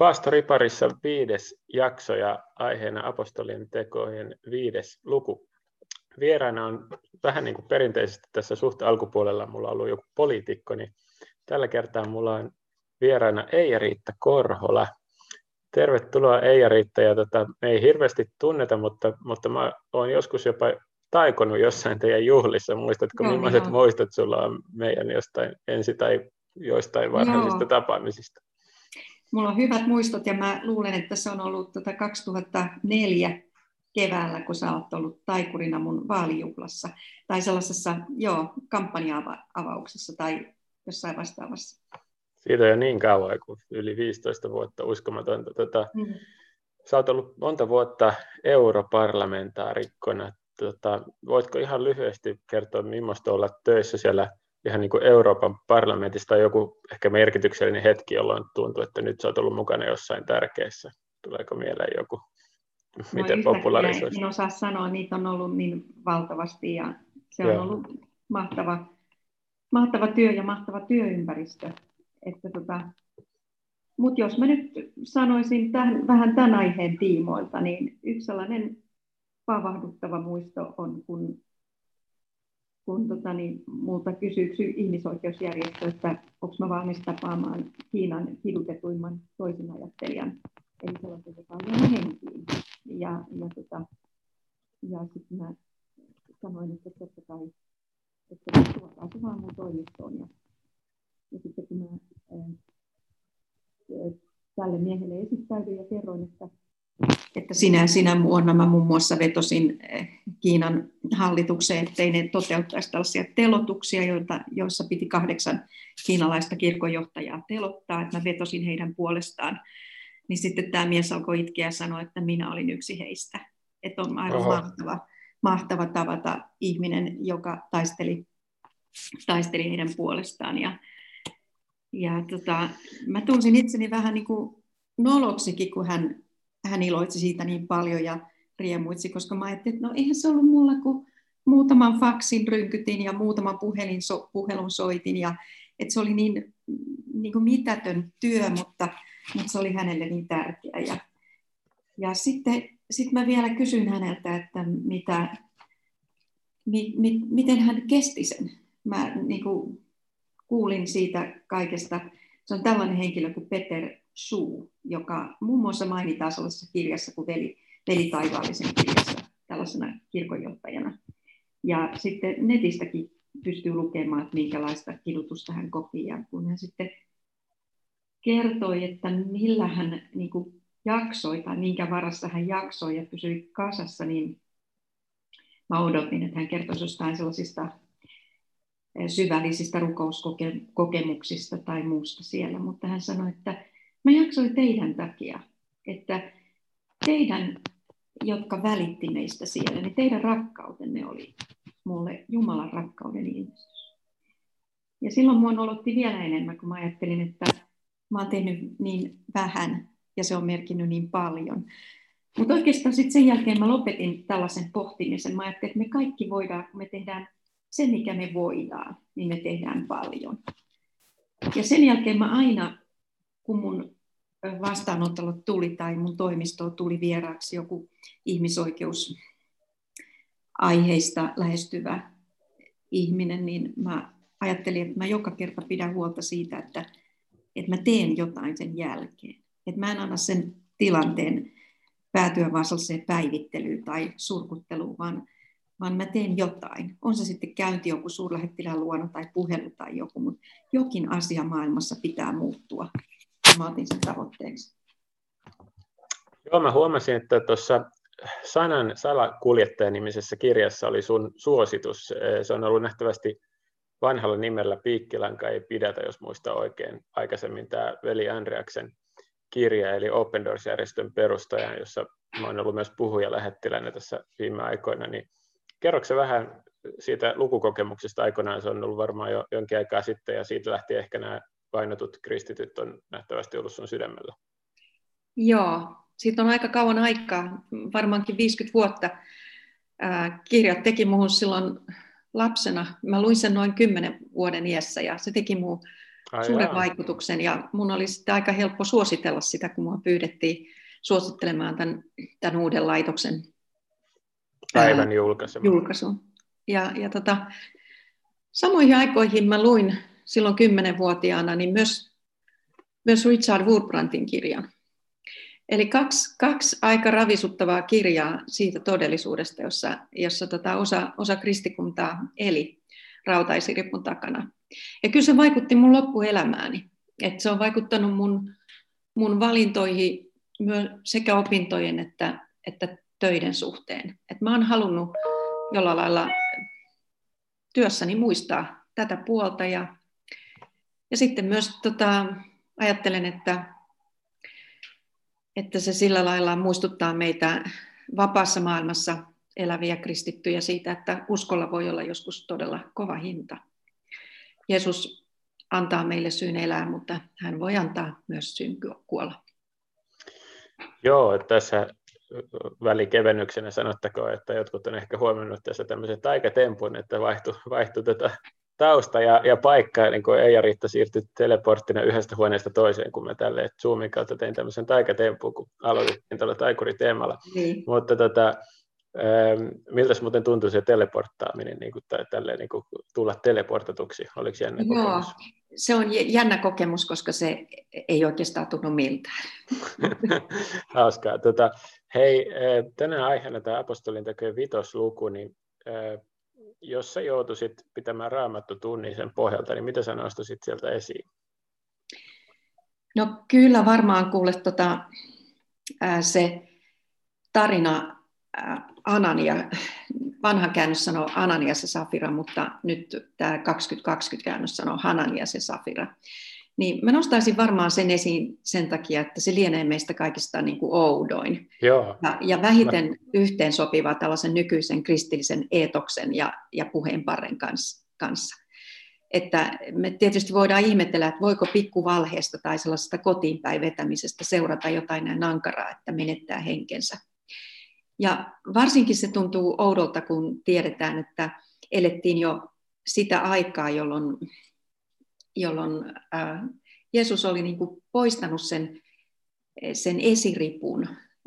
Paastoriparissa 5. jakso ja aiheena apostolien tekojen 5. luku. Vieraana on vähän niin kuin perinteisesti tässä suht alkupuolella mulla on ollut joku poliitikko, niin tällä kertaa mulla on vieraana Eija-Riitta Korhola. Tervetuloa Eija-Riitta, ja me ei hirveästi tunneta, mutta mä oon joskus jopa taikonut jossain teidän juhlissa. Muistatko, millaiset muistot sulla on meidän jostain ensi- tai joistain varhaisista tapaamisista? Mulla on hyvät muistot ja mä luulen, että se on ollut 2004 keväällä, kun sä oot ollut taikurina mun vaalijuhlassa tai sellaisessa kampanja-avauksessa tai jossain vastaavassa. Siitä on jo niin kauan kuin yli 15 vuotta, uskomatonta. Sä oot ollut monta vuotta europarlamentaarikkona. Voitko ihan lyhyesti kertoa, millaista olla töissä siellä ihan niin kuin Euroopan parlamentissa, tai joku ehkä merkityksellinen hetki, jolloin tuntuu, että nyt sä oot ollut mukana jossain tärkeässä? Tuleeko mieleen joku? Miten popularisoisi? En osaa sanoa, niitä on ollut niin valtavasti ja se on ollut mahtava työ ja mahtava työympäristö. Mutta jos mä nyt sanoisin vähän tämän aiheen tiimoilta, niin yksi sellainen pavahduttava muisto on, kun multa kysyy ihmisoikeusjärjestö, että onko mä valmis tapaamaan Kiinan kidutetuimman toisinajattelijan, eli sellaisen, joka on jäänyt henkiin. Ja sitten mä sanoin, että totta kai, että tuokaa se vaan mun toimistoon. Ja sitten kun mä tälle miehelle esittäydyin ja kerroin, että sinä vuonna mä muun muassa vetosin Kiinan hallitukseen, ettei ne toteuttaisi tällaisia telotuksia, joissa piti 8 kiinalaista kirkonjohtajaa telottaa, että mä vetosin heidän puolestaan. Niin sitten tämä mies alkoi itkeä ja sanoi, että minä olin yksi heistä. Että on aivan mahtava tavata ihminen, joka taisteli heidän puolestaan. Mä tunsin itseni vähän niin kuin noloksikin, kun hän iloitsi siitä niin paljon ja riemuitsi, koska mä ajattelin, että no eihän se ollut mulla, kun muutaman faksin rynkytin ja muutaman puhelun soitin. Ja, että se oli niin kuin mitätön työ, mutta se oli hänelle niin tärkeä. Ja sitten mä vielä kysyin häneltä, että miten hän kesti sen. Mä niin kuin kuulin siitä kaikesta. Se on tällainen henkilö kuin Peter Suu, joka muun muassa mainitaan sellaisessa kirjassa kuin Veli Taivaallisen kirjassa tällaisena kirkonjohtajana. Ja sitten netistäkin pystyy lukemaan, että minkälaista kidutusta hän koki. Ja kun hän sitten kertoi, että millä hän niin kuin jaksoi tai minkä varassa hän jaksoi ja pysyi kasassa, niin mä odotin, että hän kertoisi jostain sellaisista syvällisistä rukouskokemuksista tai muusta siellä, mutta hän sanoi, että mä jaksoin teidän takia, että teidän, jotka välitti meistä siellä, niin teidän rakkautenne oli mulle Jumalan rakkauden ilmestys. Ja silloin mua nolotti vielä enemmän, kun mä ajattelin, että mä oon tehnyt niin vähän ja se on merkinnyt niin paljon. Mutta oikeastaan sitten sen jälkeen mä lopetin tällaisen pohtimisen. Mä ajattelin, että me kaikki voidaan, kun me tehdään se, mikä me voidaan, niin me tehdään paljon. Ja sen jälkeen mä aina, kun mun vastaanotolle tuli tai mun toimistoon tuli vieraaksi joku ihmisoikeusaiheista lähestyvä ihminen, niin mä ajattelin, että mä joka kerta pidän huolta siitä, että mä teen jotain sen jälkeen. Että mä en anna sen tilanteen päätyä vaan sellaiseen päivittelyyn tai surkutteluun, vaan mä teen jotain. On se sitten käynti joku suurlähettilään luona tai puhelu tai joku, mutta jokin asia maailmassa pitää muuttua. Mä otin sen tavoitteeksi. Joo, mä huomasin, että tuossa Sanan salakuljettaja-nimisessä kirjassa oli sun suositus. Se on ollut nähtävästi vanhalla nimellä Piikkilanka ei pidätä, jos muista oikein, aikaisemmin tämä veli Andreaksen kirja, eli Open Doors-järjestön perustaja, jossa mä oon ollut myös puhujalähettilänä tässä viime aikoina, niin kerroksä vähän siitä lukukokemuksesta aikoinaan? Se on ollut varmaan jo jonkin aikaa sitten, ja siitä lähtien ehkä nämä vainotut kristityt on nähtävästi ollut sun sydämellä. Joo, siitä on aika kauan aikaa, varmaankin 50 vuotta. Kirjat teki muhun silloin lapsena. Mä luin sen noin 10 vuoden iässä, ja se teki muhun suuren vaikutuksen. Ja mun oli sitten aika helppo suositella sitä, kun mua pyydettiin suosittelemaan tämän uuden laitoksen päivän julkaisun. Ja samoihin aikoihin mä luin silloin 10-vuotiaana niin myös Richard Wurmbrandin kirjan. Eli kaksi aika ravisuttavaa kirjaa siitä todellisuudesta, jossa osa kristikuntaa eli rautaisiripun takana. Ja kyllä se vaikutti mun loppuelämääni. Että se on vaikuttanut mun valintoihin sekä opintojen että töiden suhteen. Että mä oon halunnut jollain lailla työssäni muistaa tätä puolta. Ja sitten myös ajattelen, että se sillä lailla muistuttaa meitä vapaassa maailmassa eläviä kristittyjä siitä, että uskolla voi olla joskus todella kova hinta. Jeesus antaa meille syyn elää, mutta hän voi antaa myös syyn kuolla. Joo, tässä välikevennyksenä sanottakoon, että jotkut on ehkä huomannut tässä tämmöisen taikatempun, että vaihtui tausta ja paikka, niin kuin Eija-Riitta siirtyi teleporttina yhdestä huoneesta toiseen, kun mä tälleen Zoomin kautta tein tämmöisen taikatempun, kun aloitettiin tuolla taikuriteemalla. Niin. Mutta miltä muuten tuntui se teleporttaaminen, niin kuin tälleen, niin kuin tulla teleportatuksi? Oliko jännä kokemus? Se on jännä kokemus, koska se ei oikeastaan tunnu miltään. Hauskaa. Hei, tänään aiheena tämä apostolin tekee 5. luku, niin jos sä joutuisit pitämään Raamattu-tunnin sen pohjalta, niin mitä sä nostaisit sieltä esiin? No kyllä varmaan kuule se tarina Anania, vanha käännös sanoo Ananias ja Safira, mutta nyt tämä 2020 käännös sanoo Hananias ja Safira. Niin mä nostaisin varmaan sen esiin sen takia, että se lienee meistä kaikista niin kuin oudoin. Joo. Ja vähiten yhteensopiva tällaisen nykyisen kristillisen eetoksen ja puheenparren kanssa. Että me tietysti voidaan ihmetellä, että voiko pikkuvalheesta tai sellaisesta kotiinpäin vetämisestä seurata jotain näin ankaraa, että menettää henkensä. Ja varsinkin se tuntuu oudolta, kun tiedetään, että elettiin jo sitä aikaa, jolloin Jeesus oli niin kuin poistanut sen esiripun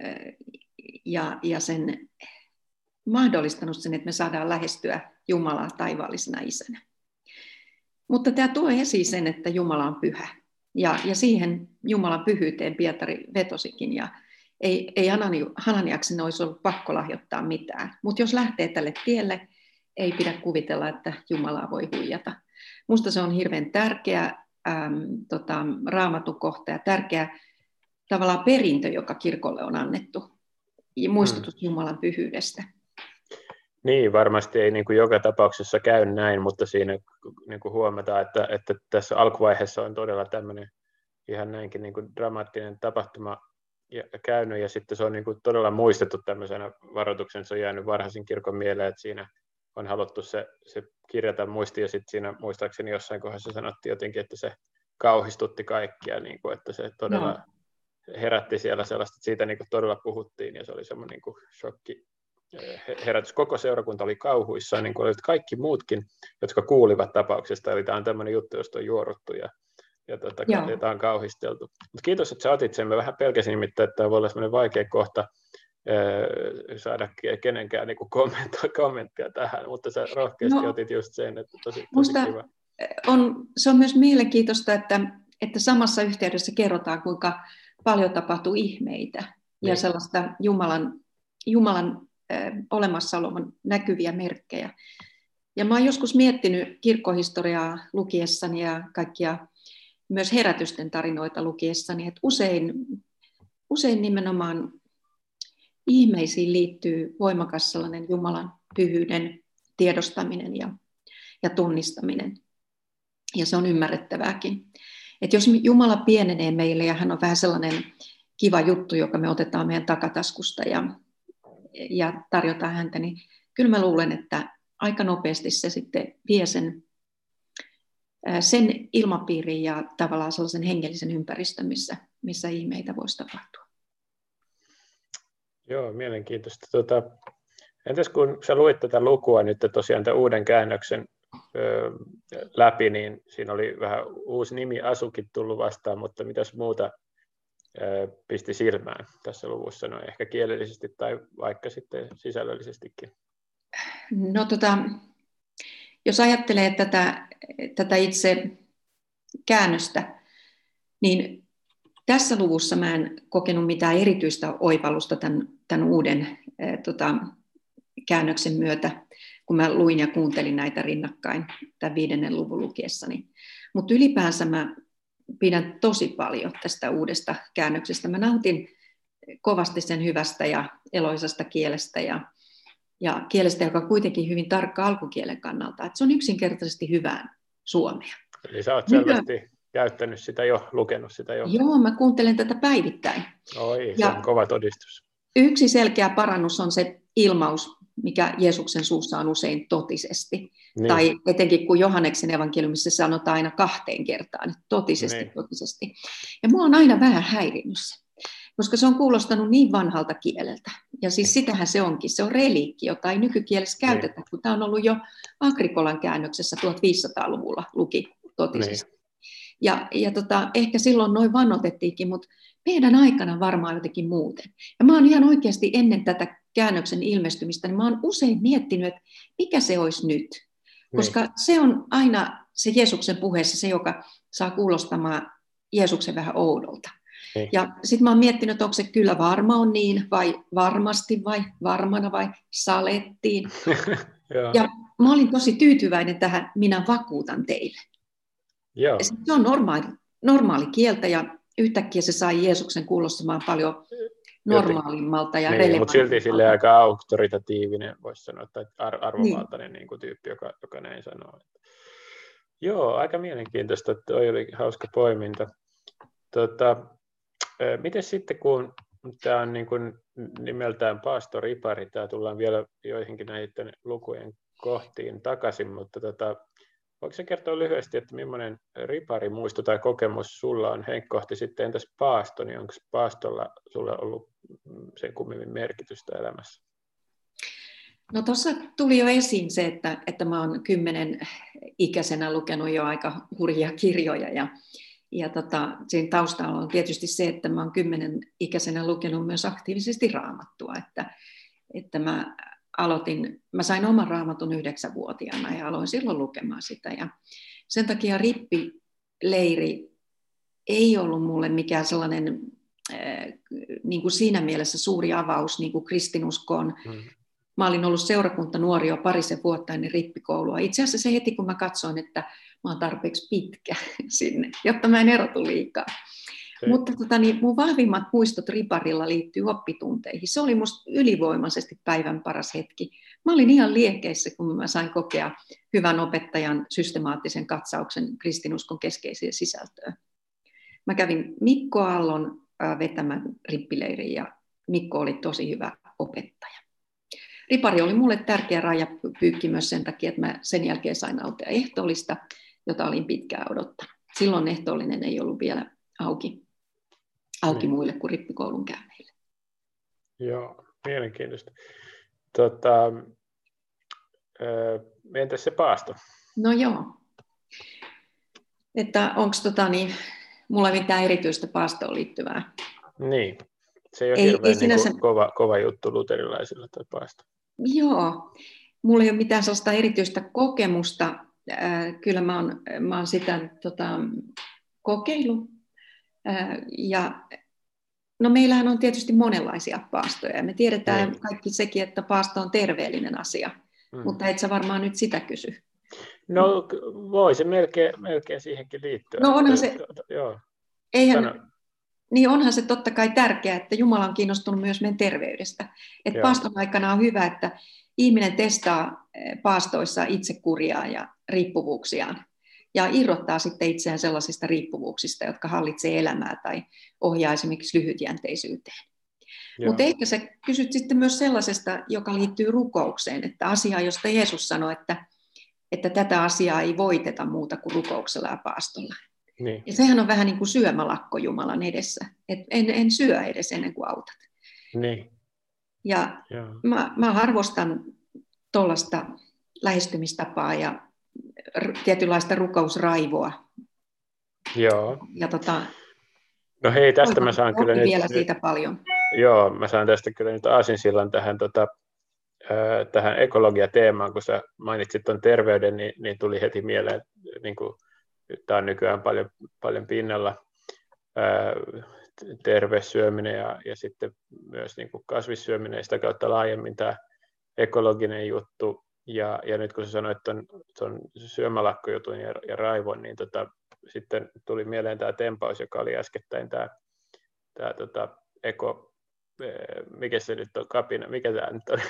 ja sen mahdollistanut sen, että me saadaan lähestyä Jumalaa taivaallisena isänä. Mutta tämä tuo esiin sen, että Jumala on pyhä. Ja siihen Jumalan pyhyyteen Pietari vetosikin. Ja ei Hananiaksen olisi ollut pakko lahjoittaa mitään. Mutta jos lähtee tälle tielle, ei pidä kuvitella, että Jumalaa voi huijata. Minusta se on hirveän tärkeä Raamatun kohta ja tärkeä tavallaan perintö, joka kirkolle on annettu. Ja muistutus Jumalan pyhyydestä. Niin, varmasti ei niin kuin joka tapauksessa käy näin, mutta siinä niin kuin huomataan, että tässä alkuvaiheessa on todella tämmöinen ihan näinkin niin kuin dramaattinen tapahtuma käynyt, ja sitten se on niin kuin todella muistettu tämmöisenä varoituksen, se on jäänyt varhaisen kirkon mieleen, että siinä on haluttu se kirjata muistiin, ja sitten siinä muistaakseni jossain kohdassa sanottiin jotenkin, että se kauhistutti kaikkia, niin kuin, että se todella herätti siellä sellaista, että siitä niin kuin todella puhuttiin, ja se oli semmoinen niin kuin shokki. Herätys. Koko seurakunta oli kauhuissaan, niin kuin olivat kaikki muutkin, jotka kuulivat tapauksesta. Eli tämä on tämmöinen juttu, josta on juoruttu ja tämä on kauhisteltu. Mutta kiitos, että sä otit sen. Mä vähän pelkäsin nimittäin, että tämä voi olla semmoinen vaikea kohta saada kenenkään niin kommenttia tähän, mutta sä rohkeasti otit just sen, että tosi kiva. Se on myös mielenkiintoista, että samassa yhteydessä kerrotaan, kuinka paljon tapahtuu ihmeitä ja sellaista Jumalan olemassaolon näkyviä merkkejä. Ja mä oon joskus miettinyt kirkkohistoriaa lukiessani ja kaikkia myös herätysten tarinoita lukiessani, että usein nimenomaan ihmeisiin liittyy voimakas sellainen Jumalan pyhyyden tiedostaminen ja tunnistaminen. Ja se on ymmärrettävääkin. Että jos Jumala pienenee meille ja hän on vähän sellainen kiva juttu, joka me otetaan meidän takataskusta ja tarjotaan häntä, niin kyllä mä luulen, että aika nopeasti se sitten vie sen ilmapiirin ja tavallaan sellaisen hengellisen ympäristön, missä ihmeitä voisi tapahtua. Joo, mielenkiintoista. Entäs kun sä luit tätä lukua nyt tosiaan tämän uuden käännöksen läpi, niin siinä oli vähän uusi nimi Asukin tullut vastaan, mutta mitäs muuta pisti silmään tässä luvussa, no ehkä kielellisesti tai vaikka sitten sisällöllisestikin? No jos ajattelee tätä itse käännöstä, niin tässä luvussa mä en kokenut mitään erityistä oivallusta tämän uuden käännöksen myötä, kun mä luin ja kuuntelin näitä rinnakkain tämän 5. luvun lukiessani. Mutta ylipäänsä mä pidän tosi paljon tästä uudesta käännöksestä. Mä nautin kovasti sen hyvästä ja eloisasta kielestä ja kielestä, joka on kuitenkin hyvin tarkka alkukielen kannalta. Et se on yksinkertaisesti hyvää suomea. Eli sä oot selvästi käyttänyt sitä jo, lukenut sitä jo. Joo, mä kuuntelen tätä päivittäin. Oi, se on kova todistus. Yksi selkeä parannus on se ilmaus, mikä Jeesuksen suussa on usein totisesti. Niin. Tai etenkin kun Johanneksen evankeliumissa sanotaan aina 2 kertaan, että totisesti, niin. Totisesti. Ja mua on aina vähän häirinnyt se, koska se on kuulostanut niin vanhalta kieleltä. Ja siis sitähän se onkin, se on reliikki, jota ei nykykielessä käytetä, niin. Kun tämä on ollut jo Agrikolan käännöksessä 1500-luvulla luki totisesti. Niin. Ja ehkä silloin noin vannotettiinkin, mutta meidän aikana varmaan jotenkin muuten. Ja mä oon ihan oikeasti ennen tätä käännöksen ilmestymistä, niin mä oon usein miettinyt, että mikä se olisi nyt. Koska se on aina se Jeesuksen puheessa se, joka saa kuulostamaan Jeesuksen vähän oudolta. Ja sitten mä oon miettinyt, että onko se kyllä varma on niin, vai varmasti, vai varmana, vai salettiin. Ja mä olin tosi tyytyväinen tähän, minä vakuutan teille. Joo. Se on normaali kieltä ja yhtäkkiä se sai Jeesuksen kuulostamaan paljon normaalimmalta ja relevanttimmalta. Mutta silti sille aika auktoritatiivinen, voisi sanoa, tai arvovaltainen niin kuin tyyppi, joka näin sanoo. Joo, aika mielenkiintoista, että toi oli hauska poiminta. Miten sitten, kun tämä on niin kuin nimeltään Paasto Ripari, tämä tullaan vielä joihinkin näiden lukujen kohtiin takaisin, mutta voiko se kertoa lyhyesti, että millainen riparimuisto tai kokemus sulla on? Henkkohti sitten, entäs paasto, niin onko paastolla sulle ollut sen kummemmin merkitystä elämässä? No tuossa tuli jo esiin se, että mä oon 10-ikäisenä lukenut jo aika hurjia kirjoja ja siinä taustalla on tietysti se, että mä oon 10-ikäisenä lukenut myös aktiivisesti Raamattua, että mä sain oman Raamatun 9-vuotiaana ja aloin silloin lukemaan sitä. Ja sen takia rippileiri ei ollut mulle mikään sellainen niin kuin siinä mielessä suuri avaus niin kuin kristinuskoon. Mä olin ollut seurakuntanuori jo 2 vuotta ennen rippikoulua. Itse asiassa se heti, kun mä katsoin, että mä oon tarpeeksi pitkä sinne, jotta mä en erotu liikaa. Mutta mun vahvimmat muistot riparilla liittyy oppitunteihin. Se oli musta ylivoimaisesti päivän paras hetki. Mä olin ihan liekeissä, kun mä sain kokea hyvän opettajan systemaattisen katsauksen kristinuskon keskeisiä sisältöä. Mä kävin Mikko Aallon vetämän rippileirin ja Mikko oli tosi hyvä opettaja. Ripari oli mulle tärkeä rajapyykki myös sen takia, että mä sen jälkeen sain nauttia ehtoollista, jota olin pitkään odottanut. Silloin ehtoollinen ei ollut vielä auki muille kuin rippikoulun käyneille. Joo, mielenkiintoista. Entäs se paasto? No joo. Että onko mulla mitään erityistä paastoon liittyvää? Niin, se ei ole hirveän sinänsä kova juttu luterilaisilla tuo paasto. Joo, mulla ei ole mitään sellaista erityistä kokemusta. Kyllä mä oon sitä kokeillut. No meillähän on tietysti monenlaisia paastoja. Me tiedetään kaikki sekin, että paasto on terveellinen asia, mutta et sä varmaan nyt sitä kysy. No voi se melkein siihenkin liittyä. No onhan se, niin onhan se totta kai tärkeää, että Jumala on kiinnostunut myös meidän terveydestä. Että paaston aikana on hyvä, että ihminen testaa paastoissa itsekuriaa ja riippuvuuksiaan. Ja irrottaa sitten itseään sellaisista riippuvuuksista, jotka hallitsee elämää tai ohjaa esimerkiksi lyhytjänteisyyteen. Mutta ehkä sä kysyt sitten myös sellaisesta, joka liittyy rukoukseen, että asiaa, josta Jeesus sanoi, että tätä asiaa ei voiteta muuta kuin rukouksella ja paastolla. Niin. Ja sehän on vähän niin kuin syömälakko Jumalan edessä. Et en syö edes ennen kuin autat. Niin. Ja mä arvostan tuollaista lähestymistapaa ja tietynlaista rukousraivoa. Joo. Ja No hei, tästä mä saan kyllä nyt vielä siitä paljon. Joo, mä saan tästä kyllä nyt aasinsillan tähän ekologiateemaan, kun sä mainitsit tuon terveyden, niin tuli heti mieleen, niin kuin tämä on nykyään paljon pinnalla, terveyssyöminen ja sitten myös niin kuin kasvissyöminen ja sitä kautta laajemmin tämä ekologinen juttu. Ja nyt kun sä sanoit tuon syömälakkojutun ja raivon, niin sitten tuli mieleen tämä tempaus, joka oli äskettäin tämä mikä se nyt on, kapina, mikä tämä nyt on,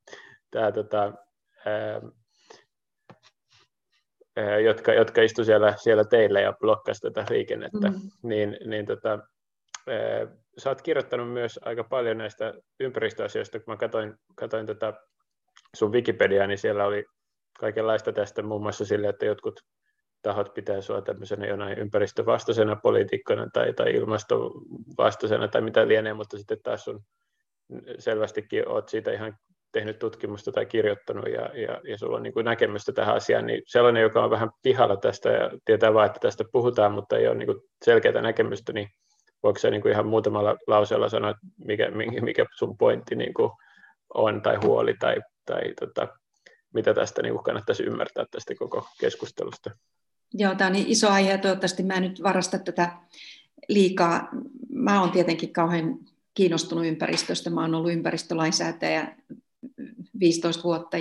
jotka istu siellä teillä ja blokkasi tätä liikennettä, niin sä oot kirjoittanut myös aika paljon näistä ympäristöasioista, kun mä katsoin sun Wikipediaa, niin siellä oli kaikenlaista tästä, muun muassa sille, että jotkut tahot pitää sua tämmöisenä jonain ympäristövastaisena poliitikkona tai ilmastovastaisena tai mitä lienee, mutta sitten taas sun selvästikin oot siitä ihan tehnyt tutkimusta tai kirjoittanut ja sulla on niin kuin näkemystä tähän asiaan, niin sellainen, joka on vähän pihalla tästä ja tietää vaan, että tästä puhutaan, mutta ei ole niin kuin selkeää näkemystä, niin voiko sä niin kuin ihan muutamalla lauseella sanoa, että mikä sun pointti niin kuin on tai huoli tai mitä tästä niin kuin kannattaisi ymmärtää tästä koko keskustelusta? Joo, tämä on niin iso aihe ja toivottavasti mä en nyt varasta tätä liikaa. Mä oon tietenkin kauhean kiinnostunut ympäristöstä. Mä oon ollut ympäristölainsäätäjä 15 vuotta,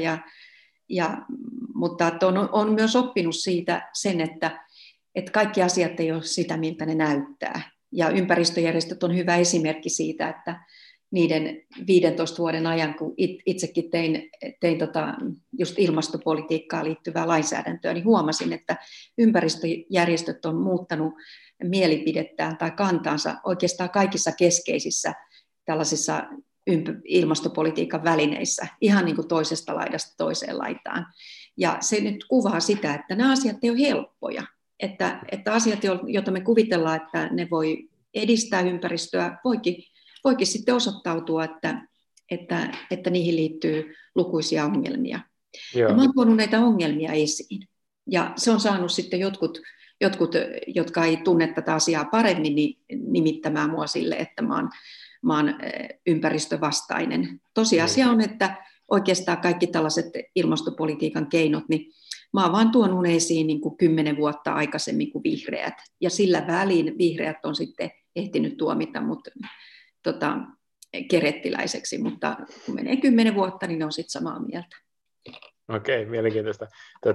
mutta on myös oppinut siitä sen, että kaikki asiat ei ole sitä, miltä ne näyttää. Ja ympäristöjärjestöt on hyvä esimerkki siitä, että niiden 15 vuoden ajan, kun itsekin tein just ilmastopolitiikkaan liittyvää lainsäädäntöä, niin huomasin, että ympäristöjärjestöt on muuttanut mielipidettään tai kantaansa oikeastaan kaikissa keskeisissä tällaisissa ilmastopolitiikan välineissä, ihan niin kuin toisesta laidasta toiseen laitaan. Ja se nyt kuvaa sitä, että nämä asiat ei ole helppoja, että asiat, joita me kuvitellaan, että ne voi edistää ympäristöä, voikin sitten osoittautua, että niihin liittyy lukuisia ongelmia. Joo. Ja mä oon tuonut näitä ongelmia esiin. Ja se on saanut sitten jotkut, jotka ei tunne tätä asiaa paremmin, niin nimittämään mua sille, että mä oon ympäristövastainen. Tosiasia on, että oikeastaan kaikki tällaiset ilmastopolitiikan keinot, niin mä oon vaan tuonut esiin niin kuin 10 vuotta aikaisemmin kuin vihreät. Ja sillä välin vihreät on sitten ehtinyt tuomita mut kerettiläiseksi, mutta kun menee 10 vuotta, niin ne on sitten samaa mieltä. Okei, mielenkiintoista.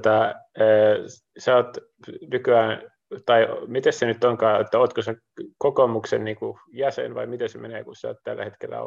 Sä oot nykyään, tai miten se nyt onkaan, että ootko sä kokoomuksen niin kuin jäsen vai miten se menee, kun sä oot tällä hetkellä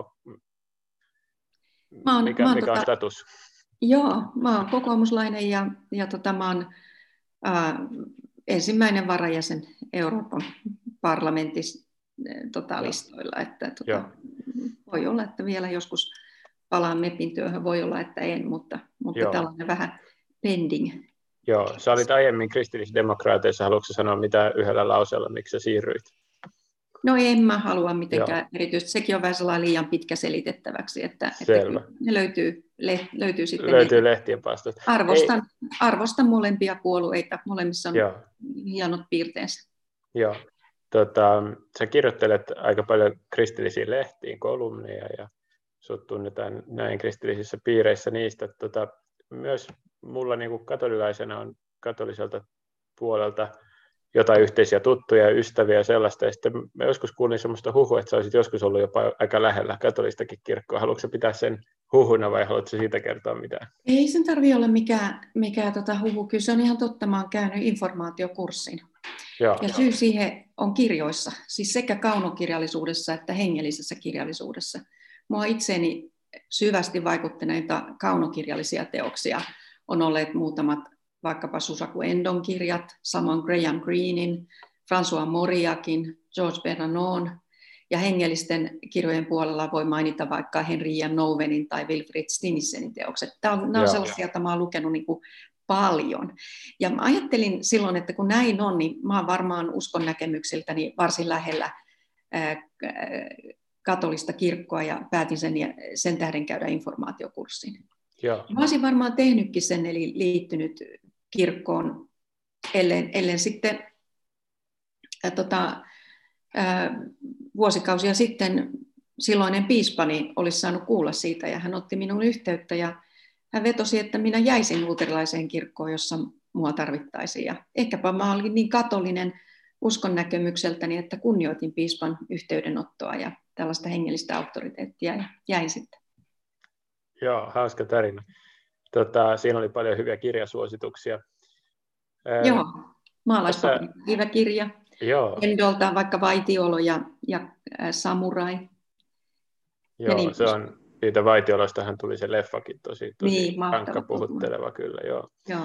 mikä on status? Joo, mä oon kokoomuslainen ja mä oon ensimmäinen varajäsen Euroopan parlamentissa listoilla, että voi olla, että vielä joskus palaan MEPin työhön, voi olla, että en, mutta tällainen vähän pending. Joo, sä olit aiemmin kristillisdemokraateissa, haluatko sanoa mitä yhdellä lauseella, miksi sä siirryit? No en mä halua mitenkään erityisesti, sekin on vähän sellainen liian pitkä selitettäväksi, että ne löytyy sitten. Löytyy lehtien palstoista. Arvostan molempia puolueita, molemmissa on hienot piirteensä. Joo. Sä kirjoittelet aika paljon kristillisiin lehtiin, kolumneja ja sut tunnetaan näin kristillisissä piireissä niistä. Myös mulla niin kuin katolilaisena on katoliselta puolelta jotain yhteisiä tuttuja ja ystäviä ja sellaista. Ja sitten mä joskus kuulin semmoista huhua, että sä olisit joskus ollut jopa aika lähellä katolistakin kirkkoa. Haluatko sä pitää sen huhuna vai haluatko siitä kertoa mitään? Ei sen tarvitse olla mikään huhu. Kyllä se on ihan totta. Mä oon käynyt informaatiokurssin. Joo. Ja syy siihen on kirjoissa, siis sekä kaunokirjallisuudessa että hengellisessä kirjallisuudessa. Mua itseeni syvästi vaikuttaneita kaunokirjallisia teoksia on olleet muutamat, vaikkapa Susaku Endon kirjat, samoin Graham Greenin, François Mauriacin, George Bernanon, ja hengellisten kirjojen puolella voi mainita vaikka Henri Ian Nouvenin tai Wilfrid Stinnesenin teokset. Nämä on sellaisia, joita mä oon lukenut niin kuin paljon. Ja mä ajattelin silloin, että kun näin on, niin mä oon varmaan uskon näkemyksiltäni varsin lähellä katolista kirkkoa ja päätin sen tähden käydä informaatiokurssin. Mä olisin varmaan tehnytkin sen, eli liittynyt kirkkoon, ellen sitten vuosikausia sitten silloinen piispani olisi saanut kuulla siitä, ja hän otti minuun yhteyttä, ja hän vetosi, että minä jäisin luterilaiseen kirkkoon, jossa mua tarvittaisiin. Ja ehkäpä mä olin niin katolinen uskon näkemykseltäni, että kunnioitin piispan yhteydenottoa ja tällaista hengellistä auktoriteettia, ja jäin sitten. Joo, hauska tarina. Siinä oli paljon hyviä kirjasuosituksia. Joo, Maalaispapin hyvä kirja. Endolta vaikka Vaitiolo ja Samurai. Joo, niin se on, siitä Vaitiolostahan tuli se leffakin tosi niin, rankka puhutteleva kyllä. Joo.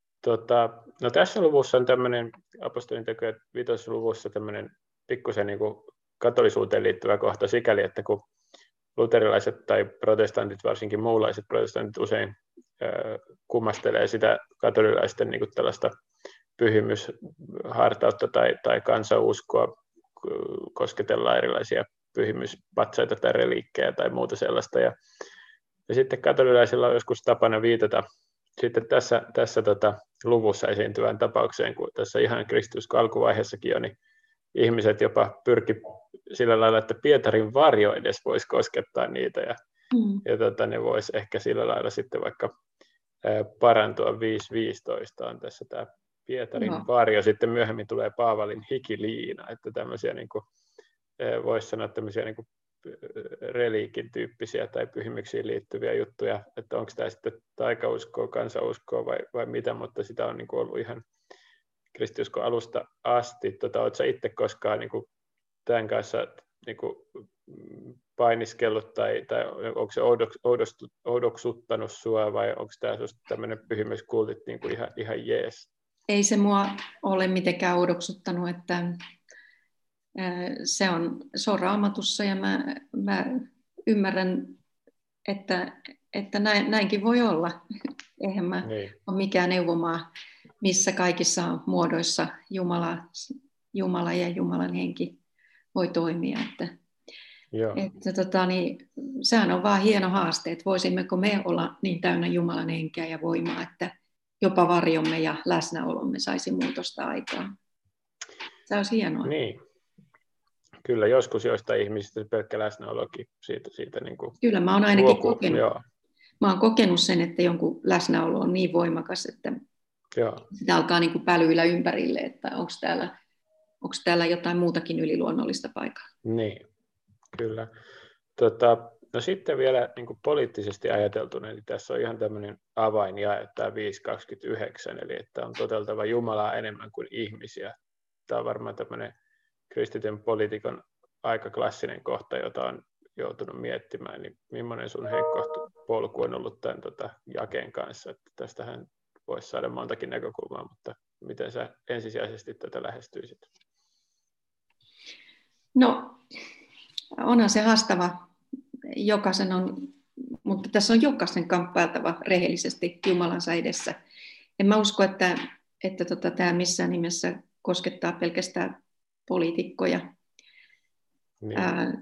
No tässä luvussa on tämmöinen, apostolin tekojen 5. luvussa tämmöinen pikkusen niin kuin katolisuuteen liittyvä kohta sikäli, että kun luterilaiset tai protestantit, varsinkin muunlaiset protestantit usein kummastelee sitä katolilaisten niin kuin tällaista pyhimyshartautta tai kansauskoa, kosketellaan erilaisia pyhimyspatsaita tai reliikkejä tai muuta sellaista. Ja sitten katolilaisilla on joskus tapana viitata sitten tässä luvussa esiintyvään tapaukseen, kun tässä ihan Kristuskon alkuvaiheessakin on, niin ihmiset jopa pyrki sillä lailla, että Pietarin varjo edes voisi koskettaa niitä, ja ne voisi ehkä sillä lailla sitten vaikka parantua. 5.15 on tässä tämä Pietarin varjo, sitten myöhemmin tulee Paavalin hikiliina, että tämmöisiä niin kuin, voisi sanoa tämmöisiä niin kuin reliikin tyyppisiä tai pyhimyksiin liittyviä juttuja, että onko tämä sitten taikauskoa, kansauskoa vai mitä, mutta sitä on niin kuin ollut ihan kristiuskon alusta asti. Oletko sä itse koskaan niin kuin tämän kanssa niin kuin painiskellut tai onko se oudoksuttanut sua vai onko tämä tämmöinen pyhimyskultit niin kuin ihan jees? Ei se mua ole mitenkään oudoksuttanut, että se on Raamatussa ja mä ymmärrän, että näinkin voi olla. Eihän mä ole mikään neuvomaa, missä kaikissa muodoissa Jumala ja Jumalan henki voi toimia. Sehän on vaan hieno haaste, että voisimmeko me olla niin täynnä Jumalan henkeä ja voimaa, että jopa varjomme ja läsnäolomme saisi muutosta aikaan. Se olisi hienoa. Niin. Kyllä, joskus joistain ihmisistä pelkkä läsnäolokin siitä niin kuin kyllä, mä oon ainakin kokenut. Mä oon kokenut sen, että jonkun läsnäolo on niin voimakas, että sitä alkaa niin kuin pälyillä ympärille, että onko täällä jotain muutakin yliluonnollista paikkaa. Niin, kyllä. No sitten vielä niin kuin poliittisesti ajateltuna, eli tässä on ihan tämmöinen avainjae, tämä 5.29, eli että on toteltava Jumalaa enemmän kuin ihmisiä. Tämä on varmaan tämmöinen kristityn poliitikon aika klassinen kohta, jota on joutunut miettimään, niin millainen sun heikko polku on ollut tämän jakeen kanssa, että tästähän voisi saada montakin näkökulmaa, mutta miten sä ensisijaisesti tätä lähestyisit? No, onhan se haastava, mutta tässä on jokaisen kamppailtava rehellisesti Jumalansa edessä. En mä usko, että tämä missään nimessä koskettaa pelkästään poliitikkoja. Niin.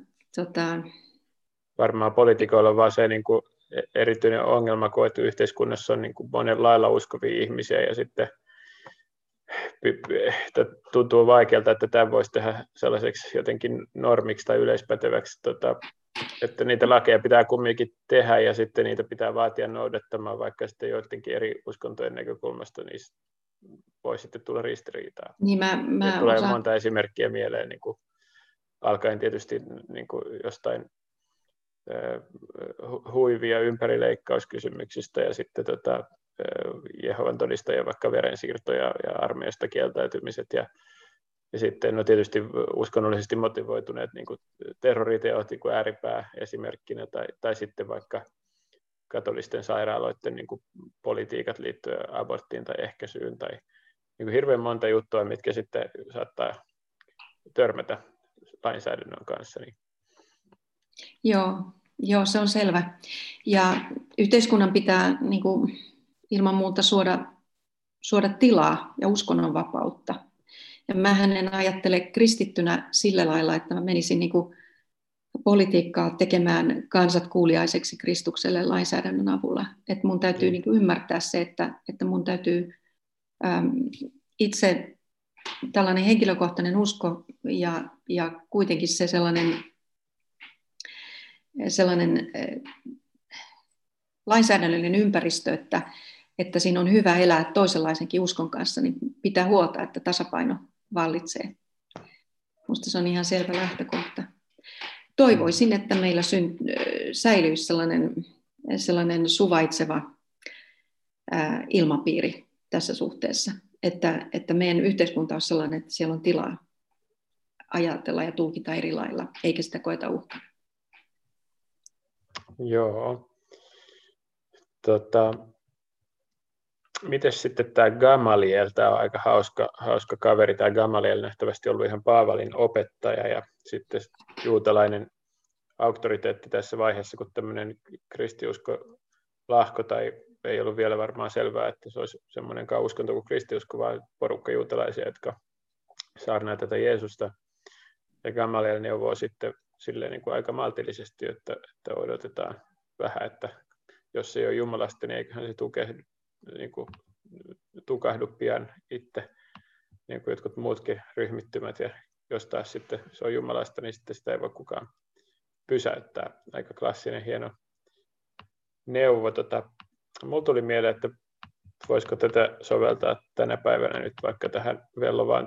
Varmaan poliitikoilla on vaan se niin kuin erityinen ongelma koettu yhteiskunnassa on niin kuin monen lailla uskovia ihmisiä ja sitten tuntuu vaikealta, että tämä voisi tehdä sellaiseksi jotenkin normiksi tai yleispäteväksi, että niitä lakeja pitää kumminkin tehdä ja sitten niitä pitää vaatia noudattamaan, vaikka sitten joidenkin eri uskontojen näkökulmasta niistä voi sitten tulla ristiriitaa. Niin tulee monta esimerkkiä mieleen, niin kuin, alkaen tietysti niin kuin jostain huivia ympärileikkauskysymyksistä ja sitten Jehovan todistajia, vaikka verensiirtoja ja armeijasta kieltäytymiset ja sitten no tietysti uskonnollisesti motivoituneet niin kuin terroriteot niin kuin ääripää esimerkkinä tai sitten vaikka katolisten sairaaloiden niin kuin politiikat liittyen aborttiin tai ehkäisyyn tai niin kuin hirveän monta juttua, mitkä sitten saattaa törmätä lainsäädännön kanssa. Niin. Joo, se on selvä. Ja yhteiskunnan pitää niin kuin ilman muuta suoda tilaa ja uskonnonvapautta. Ja mähän en ajattele kristittynä sillä lailla, että mä menisin niin kuin politiikkaa tekemään kansat kuuliaiseksi Kristukselle lainsäädännön avulla. Että mun täytyy niin kuin ymmärtää se, että mun täytyy itse tällainen henkilökohtainen usko ja kuitenkin se sellainen lainsäädännöllinen ympäristö, että siinä on hyvä elää toisenlaisenkin uskon kanssa, niin pitää huolta, että tasapaino vallitsee. Minusta se on ihan selvä lähtökohta. Toivoisin, että meillä säilyisi sellainen suvaitseva ilmapiiri tässä suhteessa, että meidän yhteiskunta on sellainen, että siellä on tilaa ajatella ja tulkita eri lailla, eikä sitä koeta uhkana. Joo. Miten sitten tämä Gamaliel, tämä on aika hauska kaveri, tämä Gamaliel nähtävästi ollut ihan Paavalin opettaja ja sitten juutalainen auktoriteetti tässä vaiheessa, kun tämmöinen kristiusko lahko, tai ei ollut vielä varmaan selvää, että se olisi semmoinen uskonto kuin kristiusko, vaan porukka juutalaisia, jotka saarnaa tätä Jeesusta. Ja Gamaliel neuvoo sitten silleen niin kuin aika maltillisesti, että odotetaan vähän, että jos se ei ole Jumalasta, niin eiköhän se tukahdu pian itse, niin kuin jotkut muutkin ryhmittymät, ja jos taas sitten se on Jumalasta, niin sitten sitä ei voi kukaan pysäyttää. Aika klassinen, hieno neuvo. Mulla tuli mieleen, että voisiko tätä soveltaa tänä päivänä nyt vaikka tähän vellovaan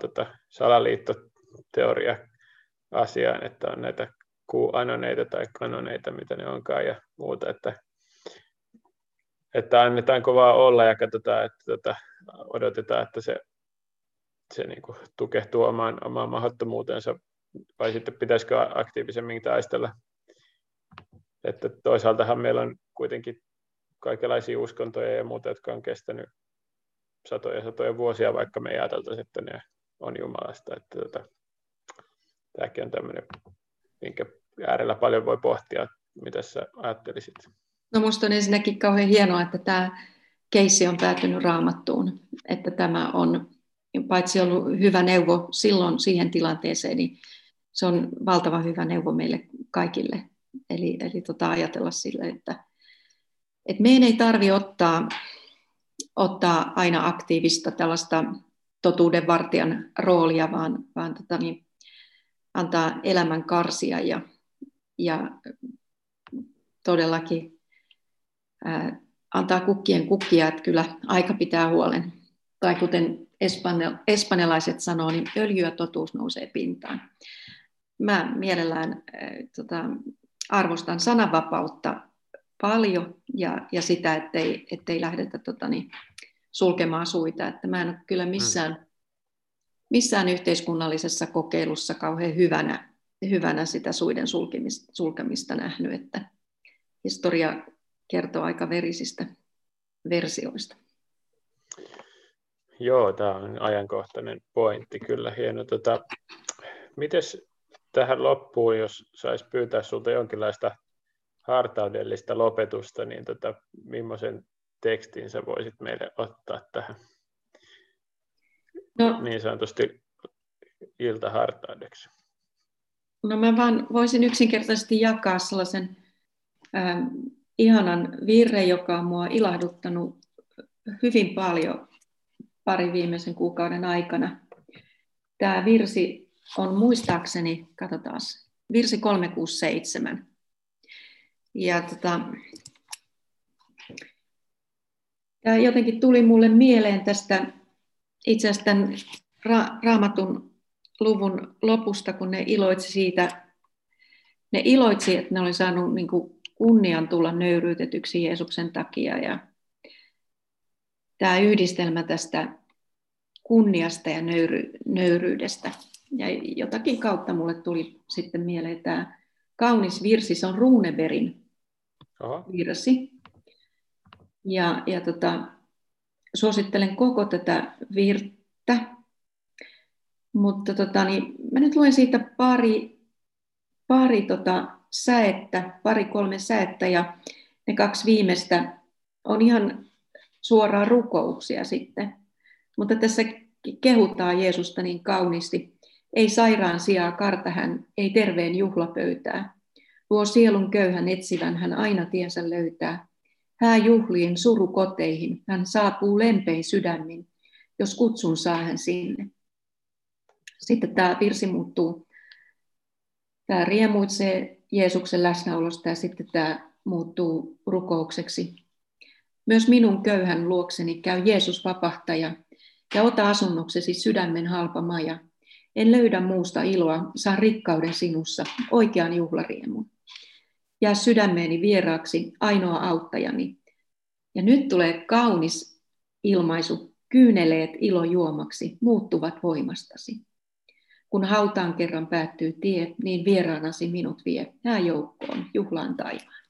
salaliittoteoria-asiaan, että on näitä QAnoneita tai kanoneita, mitä ne onkaan ja muuta, että annetaanko vaan olla ja katsotaan, että odotetaan, että se niin kuin tukehtuu omaan mahdottomuutensa, vai sitten pitäisikö aktiivisemmin taistella. Että toisaaltahan meillä on kuitenkin kaikenlaisia uskontoja ja muuta, jotka on kestänyt satoja vuosia, vaikka me ei ajateltaisi, että ne on Jumalasta. Että tämäkin on tämmöinen, minkä äärellä paljon voi pohtia, mitä sä ajattelisit. No musta on ensinnäkin kauhean hienoa, että tämä keissi on päätynyt Raamattuun, että tämä on paitsi ollut hyvä neuvo silloin siihen tilanteeseen, niin se on valtavan hyvä neuvo meille kaikille. Eli ajatella sille, että meidän ei tarvitse ottaa aina aktiivista tällaista totuudenvartijan roolia, vaan antaa elämän karsia ja todellakin antaa kukkien kukkia, että kyllä aika pitää huolen. Tai kuten espanjalaiset sanoo, niin öljy ja totuus nousee pintaan. Mä mielellään arvostan sananvapautta paljon ja sitä, ettei lähdetä sulkemaan suita. Että mä en ole kyllä missään yhteiskunnallisessa kokeilussa kauhean hyvänä sitä suiden sulkemista nähnyt, että historia kertoo aika verisistä versioista. Joo, tämä on ajankohtainen pointti, kyllä hieno. Mites tähän loppuun, jos saisi pyytää sinulta jonkinlaista hartaudellista lopetusta, niin millaisen tekstin sä voisit meille ottaa tähän niin sanotusti iltahartaudeksi? No mä vaan voisin yksinkertaisesti jakaa sellaisen ihanan virren, joka on mua ilahduttanut hyvin paljon parin viimeisen kuukauden aikana. Tämä virsi on muistaakseni, katsotaan, virsi 367. Ja tämä jotenkin tuli mulle mieleen tästä itse asiassa tämän Raamatun luvun lopusta, kun ne iloitsi, että ne oli saanut niin kuin kunnian tulla nöyryytetyksi Jeesuksen takia. Ja tämä yhdistelmä tästä kunniasta ja nöyryydestä. Ja jotakin kautta mulle tuli sitten mieleen tämä kaunis virsi, se on Runebergin virsi. Ja suosittelen koko tätä virttä, mutta mä nyt luen siitä pari-kolme säettä, ja ne kaksi viimeistä on ihan suoraan rukouksia sitten. Mutta tässä kehutaan Jeesusta niin kauniisti. Ei sairaan sijaa karta hän, ei terveen juhlapöytää. Luo sielun köyhän etsivän, hän aina tiensä löytää. Hää juhliin surukoteihin, hän saapuu lempein sydämin. jos kutsun saa hän sinne. Sitten tämä virsi muuttuu, tämä riemuitsee Jeesuksen läsnäolosta ja sitten tämä muuttuu rukoukseksi. Myös minun köyhän luokseni käy Jeesus vapahtaja ja ota asunnoksesi sydämen halpa maja. En löydä muusta iloa, saan rikkauden sinussa, oikean juhlariemun. Jää sydämeeni vieraaksi, ainoa auttajani. Ja nyt tulee kaunis ilmaisu, kyyneleet ilojuomaksi, muuttuvat voimastasi. Kun hautaan kerran päättyy tie, niin vieraanasi minut vie, hääjoukkoon, juhlaan taivaan.